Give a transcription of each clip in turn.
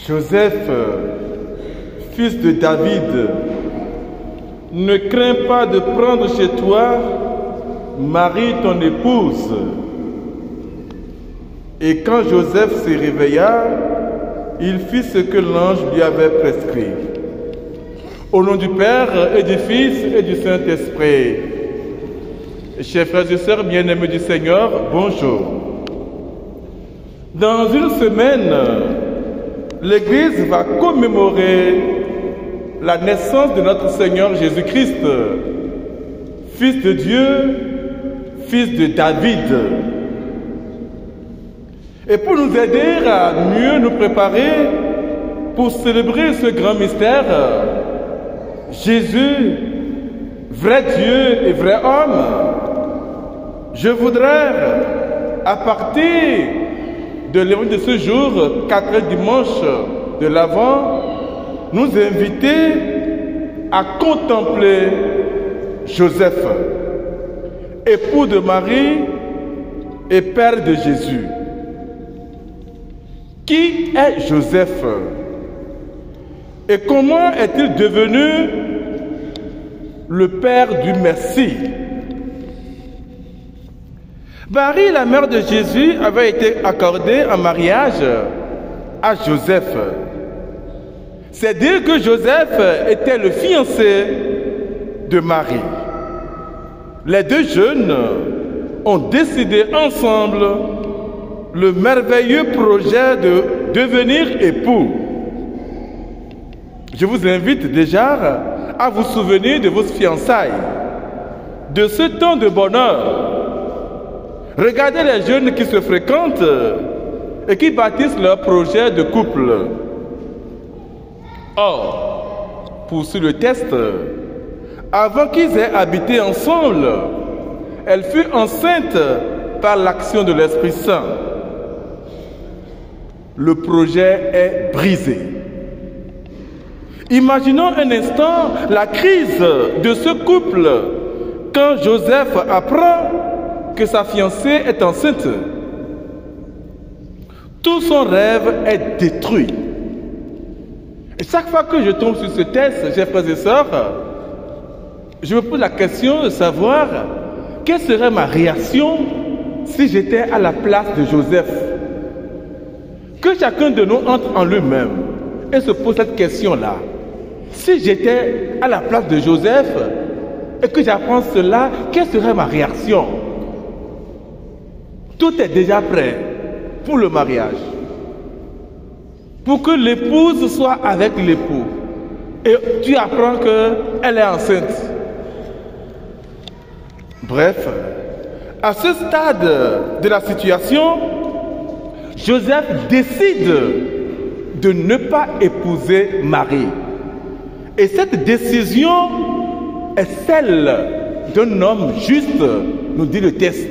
Joseph, fils de David, ne crains pas de prendre chez toi Marie ton épouse. Et quand Joseph se réveilla, il fit ce que l'ange lui avait prescrit. Au nom du Père et du Fils et du Saint-Esprit. Chers frères et sœurs bien-aimés du Seigneur, bonjour. Dans une semaine, l'Église va commémorer la naissance de notre Seigneur Jésus-Christ, Fils de Dieu, Fils de David. Et pour nous aider à mieux nous préparer pour célébrer ce grand mystère, Jésus, vrai Dieu et vrai homme, je voudrais, à partir de l'évangile de ce jour, 4e dimanche de l'Avent, nous inviter à contempler Joseph, époux de Marie et père de Jésus. Qui est Joseph? Et comment est-il devenu le père du Messie? Marie, la mère de Jésus, avait été accordée en mariage à Joseph. C'est dire que Joseph était le fiancé de Marie. Les deux jeunes ont décidé ensemble le merveilleux projet de devenir époux. Je vous invite déjà à vous souvenir de vos fiançailles, de ce temps de bonheur. Regardez les jeunes qui se fréquentent et qui bâtissent leur projet de couple. Or, poursuit le test, avant qu'ils aient habité ensemble, elle fut enceinte par l'action de l'Esprit Saint. Le projet est brisé. Imaginons un instant la crise de ce couple quand Joseph apprend que sa fiancée est enceinte. Tout son rêve est détruit. Et chaque fois que je tombe sur ce texte, chers frères et sœurs, je me pose la question de savoir quelle serait ma réaction si j'étais à la place de Joseph. Que chacun de nous entre en lui-même et se pose cette question-là. Si j'étais à la place de Joseph et que j'apprends cela, quelle serait ma réaction? Tout est déjà prêt pour le mariage. Pour que l'épouse soit avec l'époux. Et tu apprends qu'elle est enceinte. Bref, à ce stade de la situation, Joseph décide de ne pas épouser Marie. Et cette décision est celle d'un homme juste, nous dit le texte.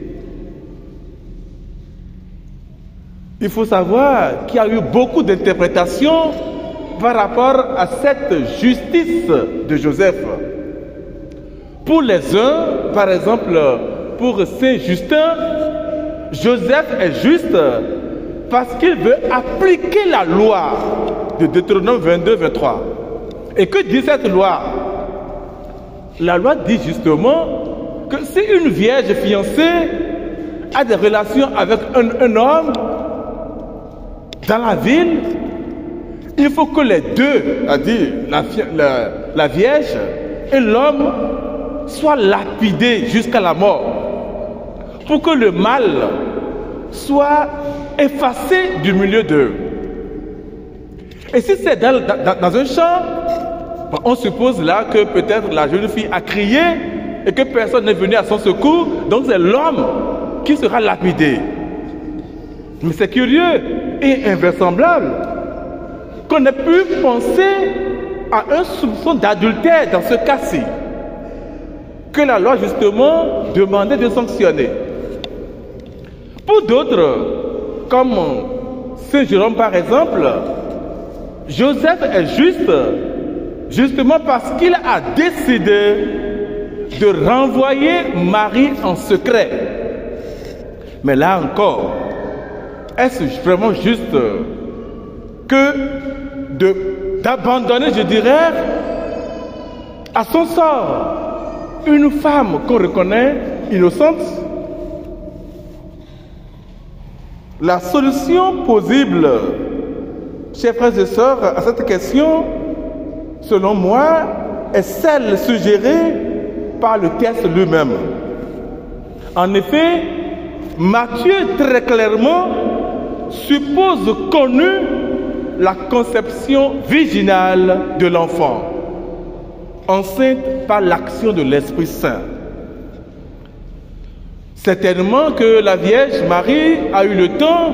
Il faut savoir qu'il y a eu beaucoup d'interprétations par rapport à cette justice de Joseph. Pour les uns, par exemple, pour Saint Justin, Joseph est juste parce qu'il veut appliquer la loi de Deutéronome 22-23. Et que dit cette loi? La loi dit justement que si une vierge fiancée a des relations avec un homme dans la ville, il faut que les deux, c'est-à-dire la vierge et l'homme, soient lapidés jusqu'à la mort, pour que le mal soit effacé du milieu d'eux. Et si c'est dans un champ, on suppose là que peut-être la jeune fille a crié et que personne n'est venu à son secours, donc c'est l'homme qui sera lapidé. Mais c'est curieux et invraisemblable qu'on ait pu penser à un soupçon d'adultère dans ce cas-ci, que la loi justement demandait de sanctionner. Pour d'autres, comme Saint Jérôme par exemple, Joseph est juste, justement parce qu'il a décidé de renvoyer Marie en secret. Mais là encore, est-ce vraiment juste que d'abandonner, je dirais, à son sort une femme qu'on reconnaît innocente? La solution possible, chers frères et sœurs, à cette question, selon moi, est celle suggérée par le texte lui-même. En effet, Matthieu très clairement suppose connue la conception virginale de l'enfant, enceinte par l'action de l'Esprit Saint. Certainement que la Vierge Marie a eu le temps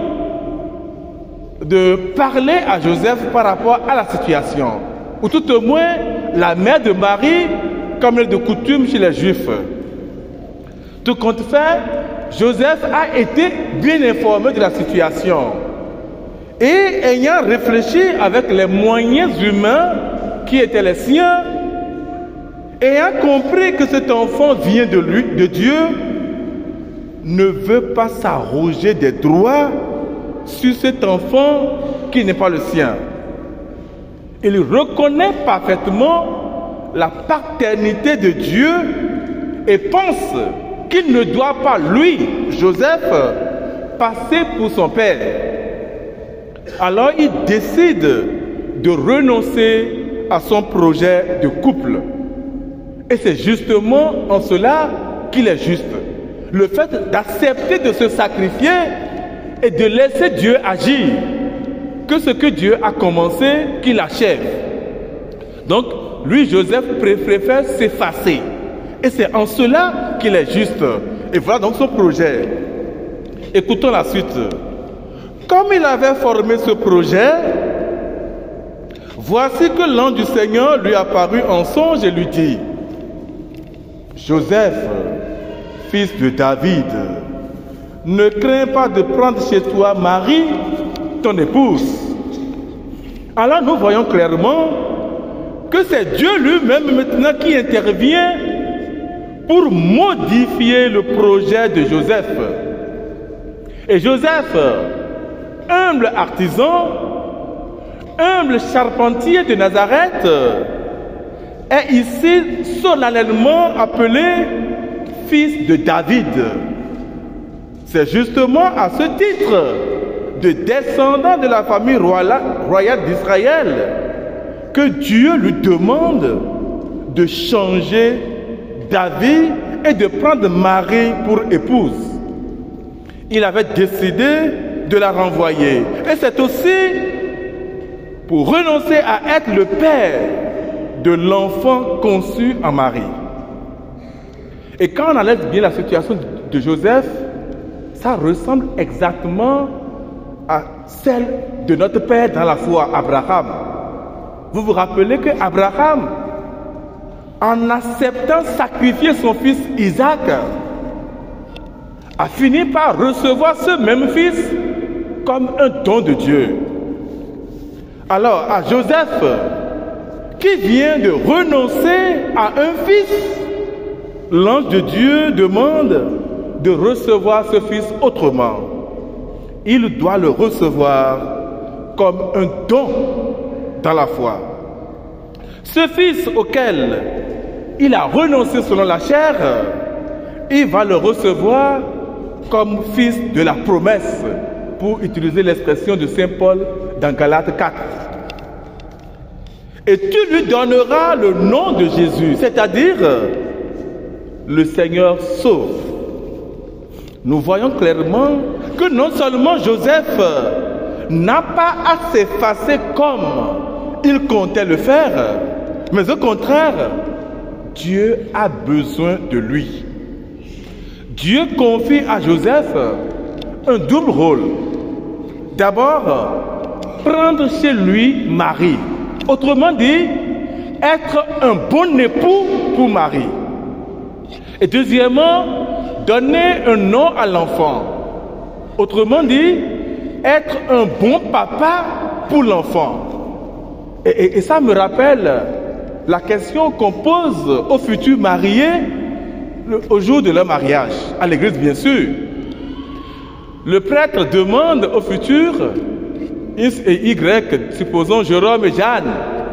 de parler à Joseph par rapport à la situation, ou tout au moins la mère de Marie, comme elle est de coutume chez les Juifs. Tout compte fait, Joseph a été bien informé de la situation et ayant réfléchi avec les moyens humains qui étaient les siens, ayant compris que cet enfant vient de lui, de Dieu, ne veut pas s'arroger des droits sur cet enfant qui n'est pas le sien. Il reconnaît parfaitement la paternité de Dieu et pense qu'il ne doit pas, lui, Joseph, passer pour son père. Alors il décide de renoncer à son projet de couple. Et c'est justement en cela qu'il est juste. Le fait d'accepter de se sacrifier et de laisser Dieu agir, que ce que Dieu a commencé, qu'il achève. Donc, lui, Joseph, préfère s'effacer. Et c'est en cela qu'il est juste. Et voilà donc son projet. Écoutons la suite. Comme il avait formé ce projet, voici que l'ange du Seigneur lui apparut en songe et lui dit: Joseph, fils de David, ne crains pas de prendre chez toi Marie, ton épouse. Alors nous voyons clairement que c'est Dieu lui-même maintenant qui intervient pour modifier le projet de Joseph. Et Joseph, humble artisan, humble charpentier de Nazareth, est ici solennellement appelé fils de David. C'est justement à ce titre de descendant de la famille royale d'Israël que Dieu lui demande de changer d'avis et de prendre Marie pour épouse. Il avait décidé de la renvoyer. Et c'est aussi pour renoncer à être le père de l'enfant conçu en Marie. Et quand on analyse bien la situation de Joseph, ça ressemble exactement à celle de notre père dans la foi, Abraham. Vous vous rappelez que Abraham, en acceptant sacrifier son fils Isaac, a fini par recevoir ce même fils comme un don de Dieu. Alors, à Joseph, qui vient de renoncer à un fils, l'ange de Dieu demande de recevoir ce fils autrement. Il doit le recevoir comme un don dans la foi. Ce fils auquel il a renoncé selon la chair, il va le recevoir comme fils de la promesse, pour utiliser l'expression de Saint Paul dans Galates 4. Et tu lui donneras le nom de Jésus, c'est-à-dire le Seigneur sauve. Nous voyons clairement que non seulement Joseph n'a pas à s'effacer comme il comptait le faire, mais au contraire, Dieu a besoin de lui. Dieu confie à Joseph un double rôle. D'abord, prendre chez lui Marie. Autrement dit, être un bon époux pour Marie. Et deuxièmement, donner un nom à l'enfant. Autrement dit, être un bon papa pour l'enfant. Et ça me rappelle la question qu'on pose aux futurs mariés au jour de leur mariage, à l'église bien sûr. Le prêtre demande aux futurs X et Y, supposons Jérôme et Jeanne,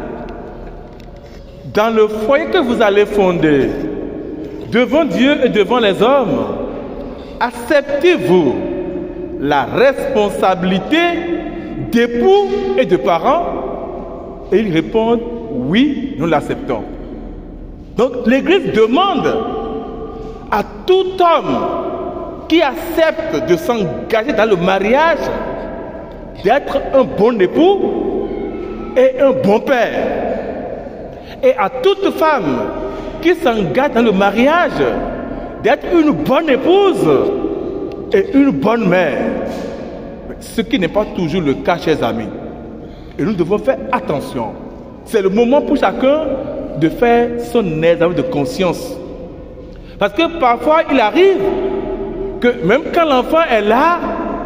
dans le foyer que vous allez fonder, devant Dieu et devant les hommes, acceptez-vous la responsabilité d'époux et de parents? Et ils répondent, oui, nous l'acceptons. Donc l'Église demande à tout homme qui accepte de s'engager dans le mariage d'être un bon époux et un bon père. Et à toute femme qui s'engage dans le mariage d'être une bonne épouse et une bonne mère. Ce qui n'est pas toujours le cas, chers amis. Et nous devons faire attention. C'est le moment pour chacun de faire son examen de conscience. Parce que parfois, il arrive que même quand l'enfant est là,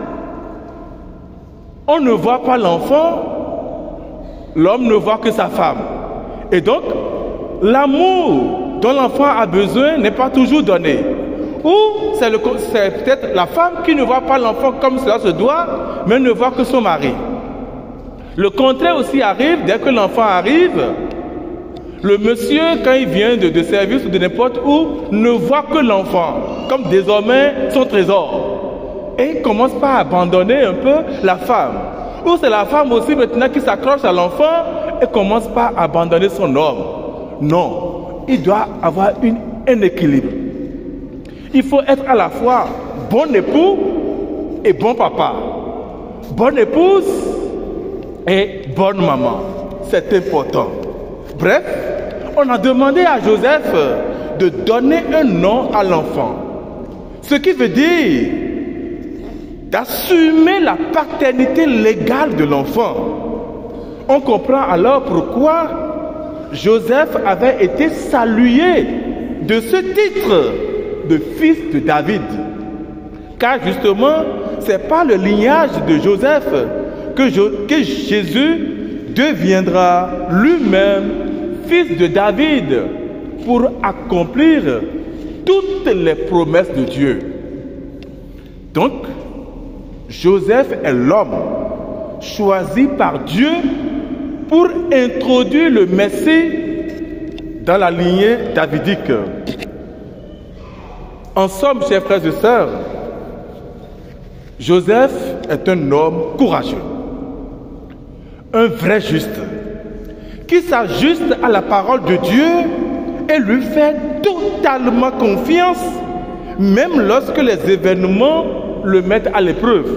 on ne voit pas l'enfant, l'homme ne voit que sa femme. Et donc, l'amour dont l'enfant a besoin n'est pas toujours donné. Ou c'est peut-être la femme qui ne voit pas l'enfant comme cela se doit, mais ne voit que son mari. Le contraire aussi arrive, dès que l'enfant arrive, le monsieur, quand il vient de service ou de n'importe où, ne voit que l'enfant, comme désormais son trésor. Et il commence par abandonner un peu la femme. Ou c'est la femme aussi maintenant qui s'accroche à l'enfant et commence par abandonner son homme. Non, il doit avoir un équilibre. Il faut être à la fois bon époux et bon papa, bonne épouse et bonne maman. C'est important. Bref, on a demandé à Joseph de donner un nom à l'enfant. Ce qui veut dire d'assumer la paternité légale de l'enfant. On comprend alors pourquoi Joseph avait été salué de ce titre de fils de David. Car justement, c'est par le lignage de Joseph que Jésus deviendra lui-même fils de David pour accomplir toutes les promesses de Dieu. Donc, Joseph est l'homme choisi par Dieu pour introduire le Messie dans la lignée davidique. En somme, chers frères et sœurs, Joseph est un homme courageux, un vrai juste, qui s'ajuste à la parole de Dieu et lui fait totalement confiance, même lorsque les événements le mettent à l'épreuve.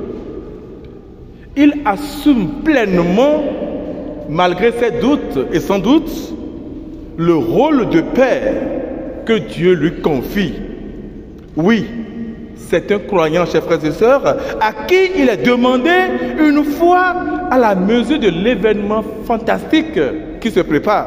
Il assume pleinement, malgré ses doutes et sans doute, le rôle de père que Dieu lui confie. Oui, c'est un croyant, chers frères et sœurs, à qui il est demandé une foi à la mesure de l'événement fantastique qui se prépare.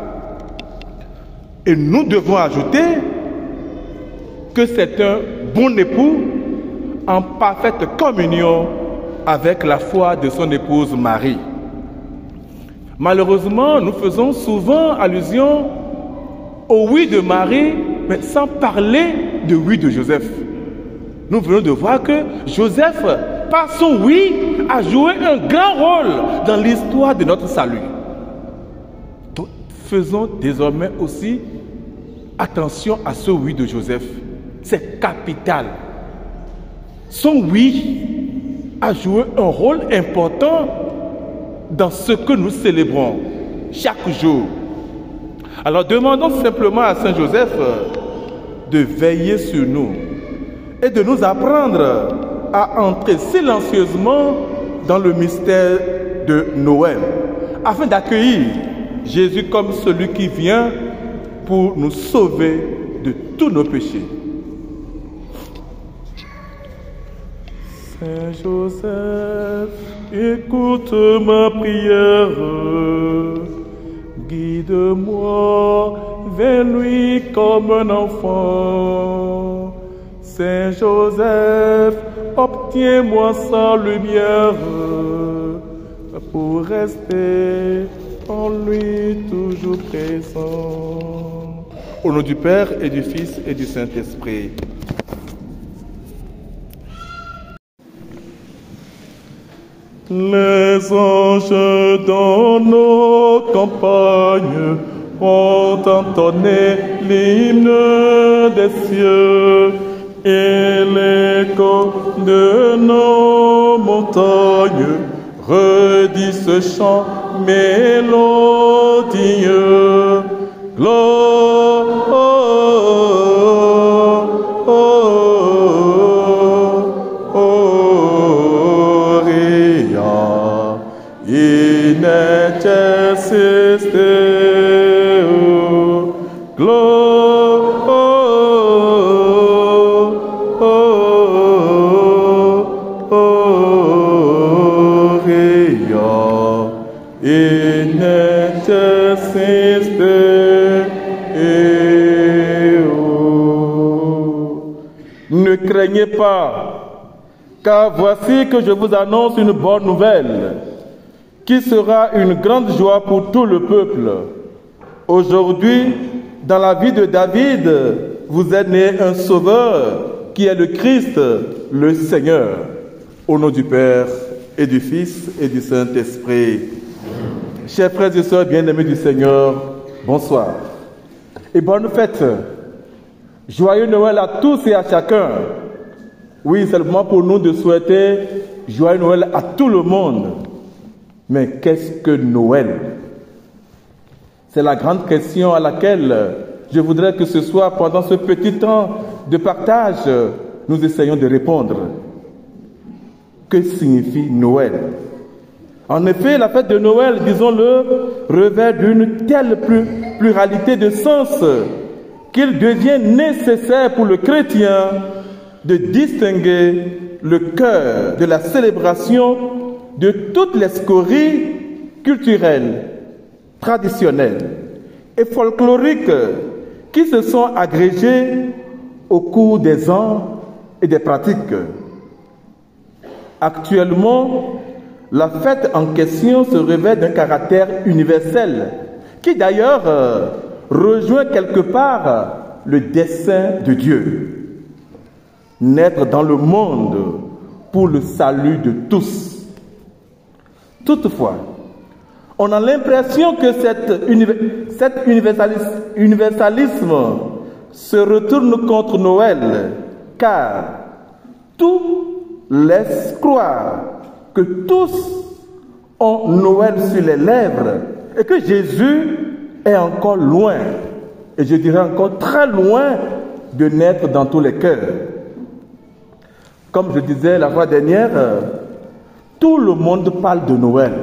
Et nous devons ajouter que c'est un bon époux en parfaite communion avec la foi de son épouse Marie. Malheureusement, nous faisons souvent allusion au oui de Marie, mais sans parler de oui de Joseph. Nous venons de voir que Joseph, par son oui, a joué un grand rôle dans l'histoire de notre salut. Donc, faisons désormais aussi attention à ce oui de Joseph. C'est capital. Son oui a joué un rôle important dans ce que nous célébrons chaque jour. Alors demandons simplement à Saint Joseph de veiller sur nous et de nous apprendre à entrer silencieusement dans le mystère de Noël, afin d'accueillir Jésus comme celui qui vient pour nous sauver de tous nos péchés. Saint Joseph, écoute ma prière, guide-moi vers lui comme un enfant. Saint Joseph, obtiens-moi sa lumière pour rester en lui toujours présent. Au nom du Père et du Fils et du Saint-Esprit. Les anges dans nos campagnes ont entonné l'hymne des cieux et l'écho de nos montagnes redit ce chant mélodieux. Gloria in excelsis Deo. Gloria in excelsis Deo. Ne craignez pas, car voici que je vous annonce une bonne nouvelle, qui sera une grande joie pour tout le peuple. Aujourd'hui, dans la vie de David, vous est né un sauveur, qui est le Christ, le Seigneur. Au nom du Père, et du Fils, et du Saint-Esprit. Chers frères et sœurs bien-aimés du Seigneur, bonsoir. Et bonne fête. Joyeux Noël à tous et à chacun. Oui, c'est le moment pour nous de souhaiter joyeux Noël à tout le monde. Mais qu'est-ce que Noël? C'est la grande question à laquelle je voudrais que ce soir, pendant ce petit temps de partage, nous essayons de répondre. Que signifie Noël? En effet, la fête de Noël, disons-le, revêt d'une telle pluralité de sens qu'il devient nécessaire pour le chrétien de distinguer le cœur de la célébration de toutes les scories culturelles, traditionnelles et folkloriques qui se sont agrégées au cours des ans et des pratiques. Actuellement, la fête en question se revêt d'un caractère universel qui d'ailleurs rejoint quelque part le dessein de Dieu. Naître dans le monde pour le salut de tous. Toutefois, on a l'impression que cet universalisme se retourne contre Noël, car tout laisse croire que tous ont Noël sur les lèvres et que Jésus est encore loin, et je dirais encore très loin, de naître dans tous les cœurs. Comme je disais la fois dernière, tout le monde parle de Noël,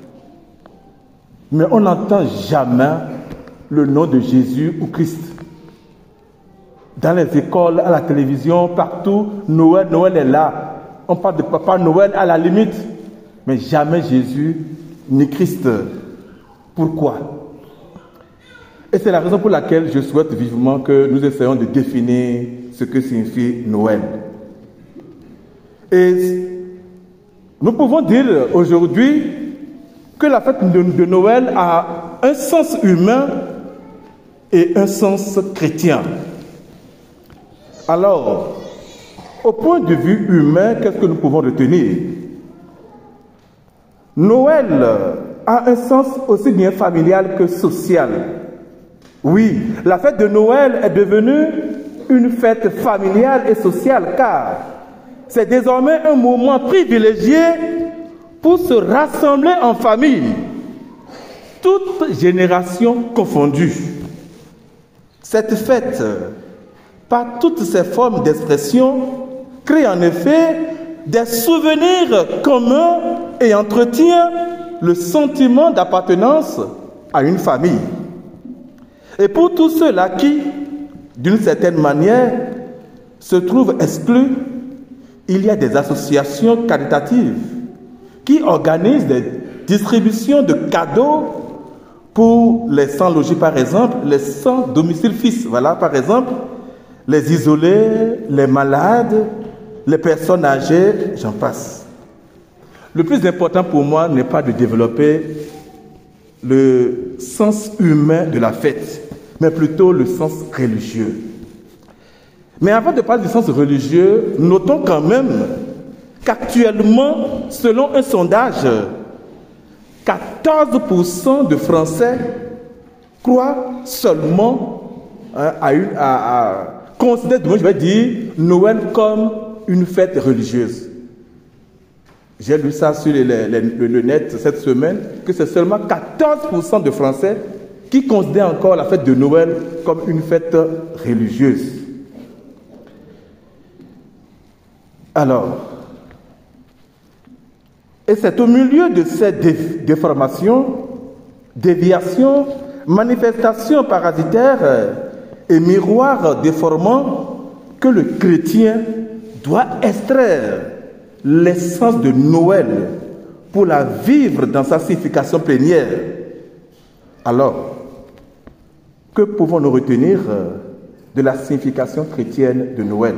mais on n'entend jamais le nom de Jésus ou Christ. Dans les écoles, à la télévision, partout, Noël est là. On parle de Papa Noël à la limite, mais jamais Jésus ni Christ. Pourquoi? Et c'est la raison pour laquelle je souhaite vivement que nous essayons de définir ce que signifie Noël. Et nous pouvons dire aujourd'hui que la fête de Noël a un sens humain et un sens chrétien. Alors, au point de vue humain, qu'est-ce que nous pouvons retenir? Noël a un sens aussi bien familial que social. Oui, la fête de Noël est devenue une fête familiale et sociale, car c'est désormais un moment privilégié pour se rassembler en famille, toutes générations confondues. Cette fête, par toutes ses formes d'expression, crée en effet des souvenirs communs et entretient le sentiment d'appartenance à une famille. Et pour tous ceux-là qui, d'une certaine manière, se trouvent exclus, il y a des associations caritatives qui organisent des distributions de cadeaux pour les sans-logis, par exemple, les sans-domicile fixe. Voilà, par exemple, les isolés, les malades, les personnes âgées, j'en passe. Le plus important pour moi n'est pas de développer le sens humain de la fête, mais plutôt le sens religieux. Mais avant de parler du sens religieux, notons quand même qu'actuellement, selon un sondage, 14% de Français croient seulement considèrent, je vais dire, Noël comme une fête religieuse. J'ai lu ça sur le net cette semaine, que c'est seulement 14% de Français qui considèrent encore la fête de Noël comme une fête religieuse. Alors, et c'est au milieu de ces déformations, déviations, manifestations parasitaires et miroirs déformants que le chrétien doit extraire l'essence de Noël pour la vivre dans sa signification plénière. Alors, que pouvons-nous retenir de la signification chrétienne de Noël?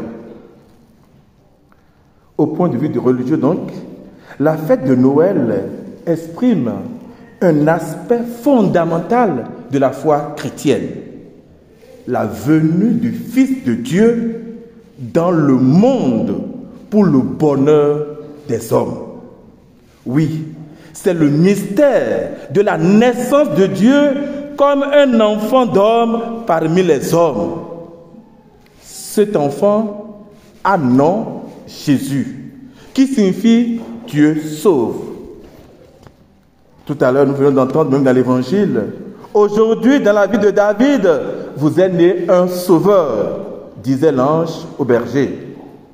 Au point de vue du religieux donc, la fête de Noël exprime un aspect fondamental de la foi chrétienne, la venue du Fils de Dieu dans le monde pour le bonheur des hommes. Oui, c'est le mystère de la naissance de Dieu comme un enfant d'homme parmi les hommes. Cet enfant a nom Jésus, qui signifie Dieu sauve. Tout à l'heure, nous venons d'entendre, même dans l'Évangile, aujourd'hui, dans la vie de David, vous est né un sauveur, disait l'ange au berger.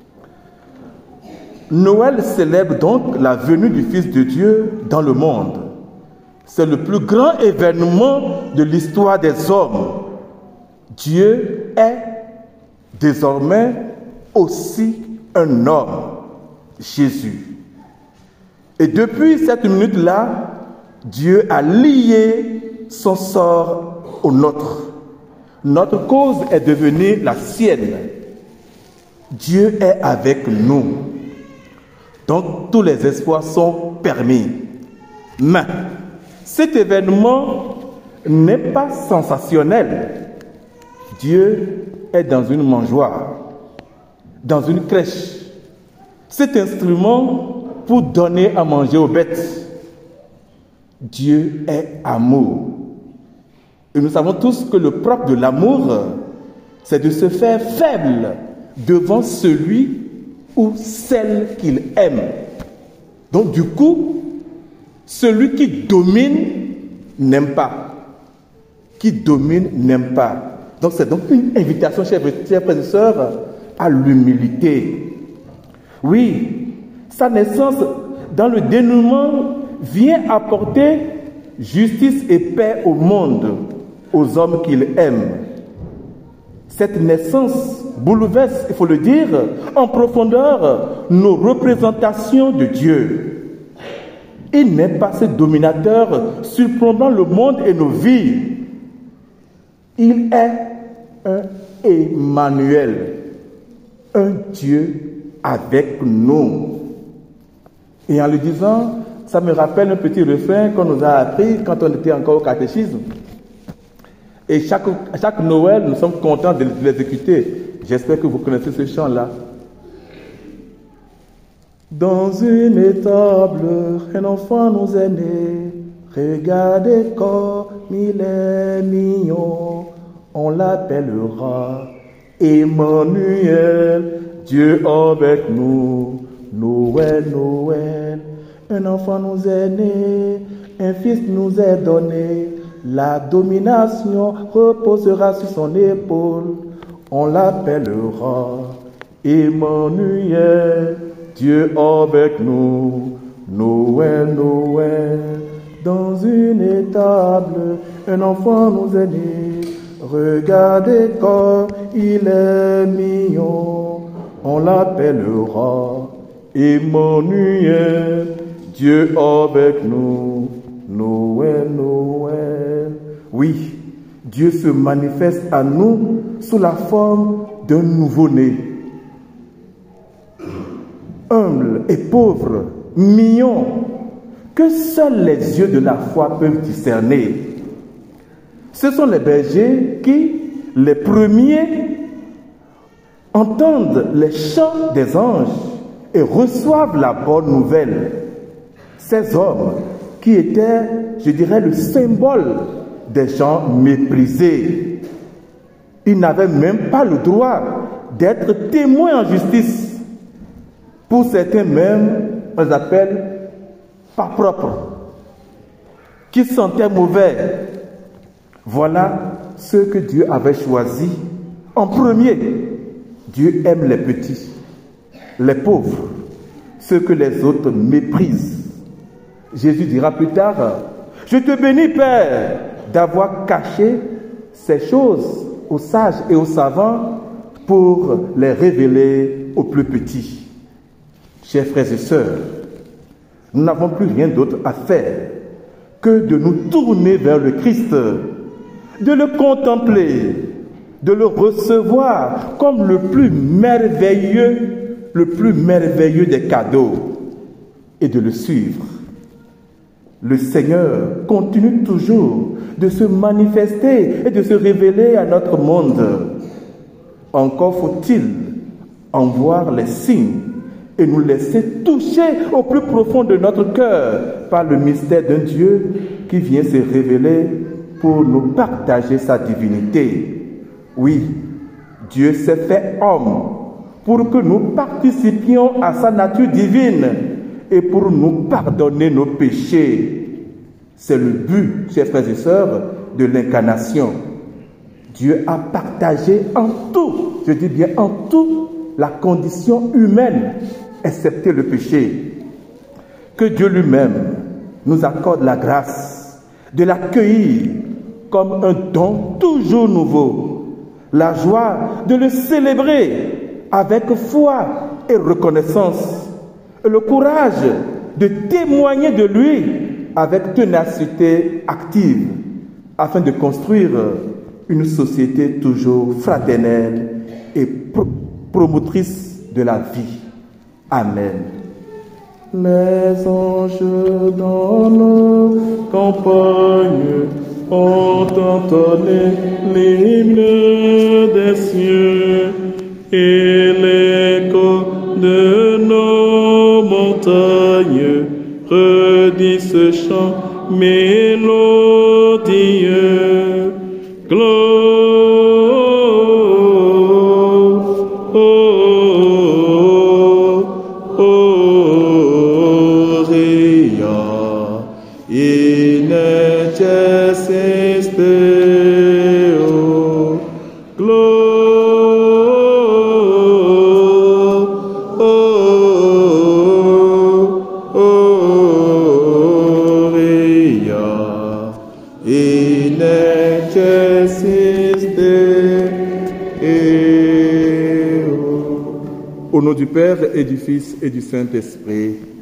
Noël célèbre donc la venue du Fils de Dieu dans le monde. C'est le plus grand événement de l'histoire des hommes. Dieu est désormais aussi un homme, Jésus. Et depuis cette minute-là, Dieu a lié son sort au nôtre. Notre cause est devenue la sienne. Dieu est avec nous. Donc, tous les espoirs sont permis. Mais, cet événement n'est pas sensationnel. Dieu est dans une mangeoire, dans une crèche. Cet instrument pour donner à manger aux bêtes. Dieu est amour. Et nous savons tous que le propre de l'amour, c'est de se faire faible devant celui ou celle qu'il aime. Donc du coup, celui qui domine n'aime pas. Qui domine n'aime pas. Donc c'est donc une invitation, chers frères et sœurs, à l'humilité. Oui, sa naissance dans le dénouement vient apporter justice et paix au monde, aux hommes qu'il aime. Cette naissance bouleverse, il faut le dire, en profondeur nos représentations de Dieu. Il n'est pas ce dominateur surplombant le monde et nos vies. Il est un Emmanuel, un Dieu avec nous. Et en le disant, ça me rappelle un petit refrain qu'on nous a appris quand on était encore au catéchisme. Et chaque Noël, nous sommes contents de l'exécuter. J'espère que vous connaissez ce chant-là. Dans une étable, un enfant nous est né. Regardez comme il est mignon. On l'appellera Emmanuel, Dieu avec nous. Noël, Noël, un enfant nous est né, un fils nous est donné. La domination reposera sur son épaule. On l'appellera Emmanuel, Dieu avec nous. Noël, Noël, dans une étable, un enfant nous est né. Regardez comme il est mignon. On l'appellera Emmanuel, Dieu avec nous. Noël, Noël. Oui, Dieu se manifeste à nous sous la forme d'un nouveau-né. Humble et pauvre, mignon, que seuls les yeux de la foi peuvent discerner. Ce sont les bergers qui, les premiers, entendent les chants des anges et reçoivent la bonne nouvelle. Ces hommes qui étaient, je dirais, le symbole des gens méprisés. Ils n'avaient même pas le droit d'être témoins en justice. Pour certains même, on les appelle pas propres, qui sentaient mauvais. Voilà ceux que Dieu avait choisis en premier. Dieu aime les petits, les pauvres, ceux que les autres méprisent. Jésus dira plus tard, « Je te bénis, Père, d'avoir caché ces choses aux sages et aux savants pour les révéler aux plus petits. » Chers frères et sœurs, nous n'avons plus rien d'autre à faire que de nous tourner vers le Christ, de le contempler, de le recevoir comme le plus merveilleux des cadeaux et de le suivre. Le Seigneur continue toujours de se manifester et de se révéler à notre monde. Encore faut-il en voir les signes et nous laisser toucher au plus profond de notre cœur par le mystère d'un Dieu qui vient se révéler pour nous partager sa divinité. Oui, Dieu s'est fait homme pour que nous participions à sa nature divine et pour nous pardonner nos péchés. C'est le but, chers frères et sœurs, de l'incarnation. Dieu a partagé en tout, je dis bien en tout, la condition humaine, excepté le péché. Que Dieu lui-même nous accorde la grâce de l'accueillir comme un don toujours nouveau, la joie de le célébrer avec foi et reconnaissance, et le courage de témoigner de lui avec ténacité active, afin de construire une société toujours fraternelle et promotrice de la vie. Amen. Les anges dans nos campagnes ont entonné l'hymne des cieux et l'écho de nos montagnes redit ce chant mélodieux. Au nom du Père et du Fils et du Saint-Esprit.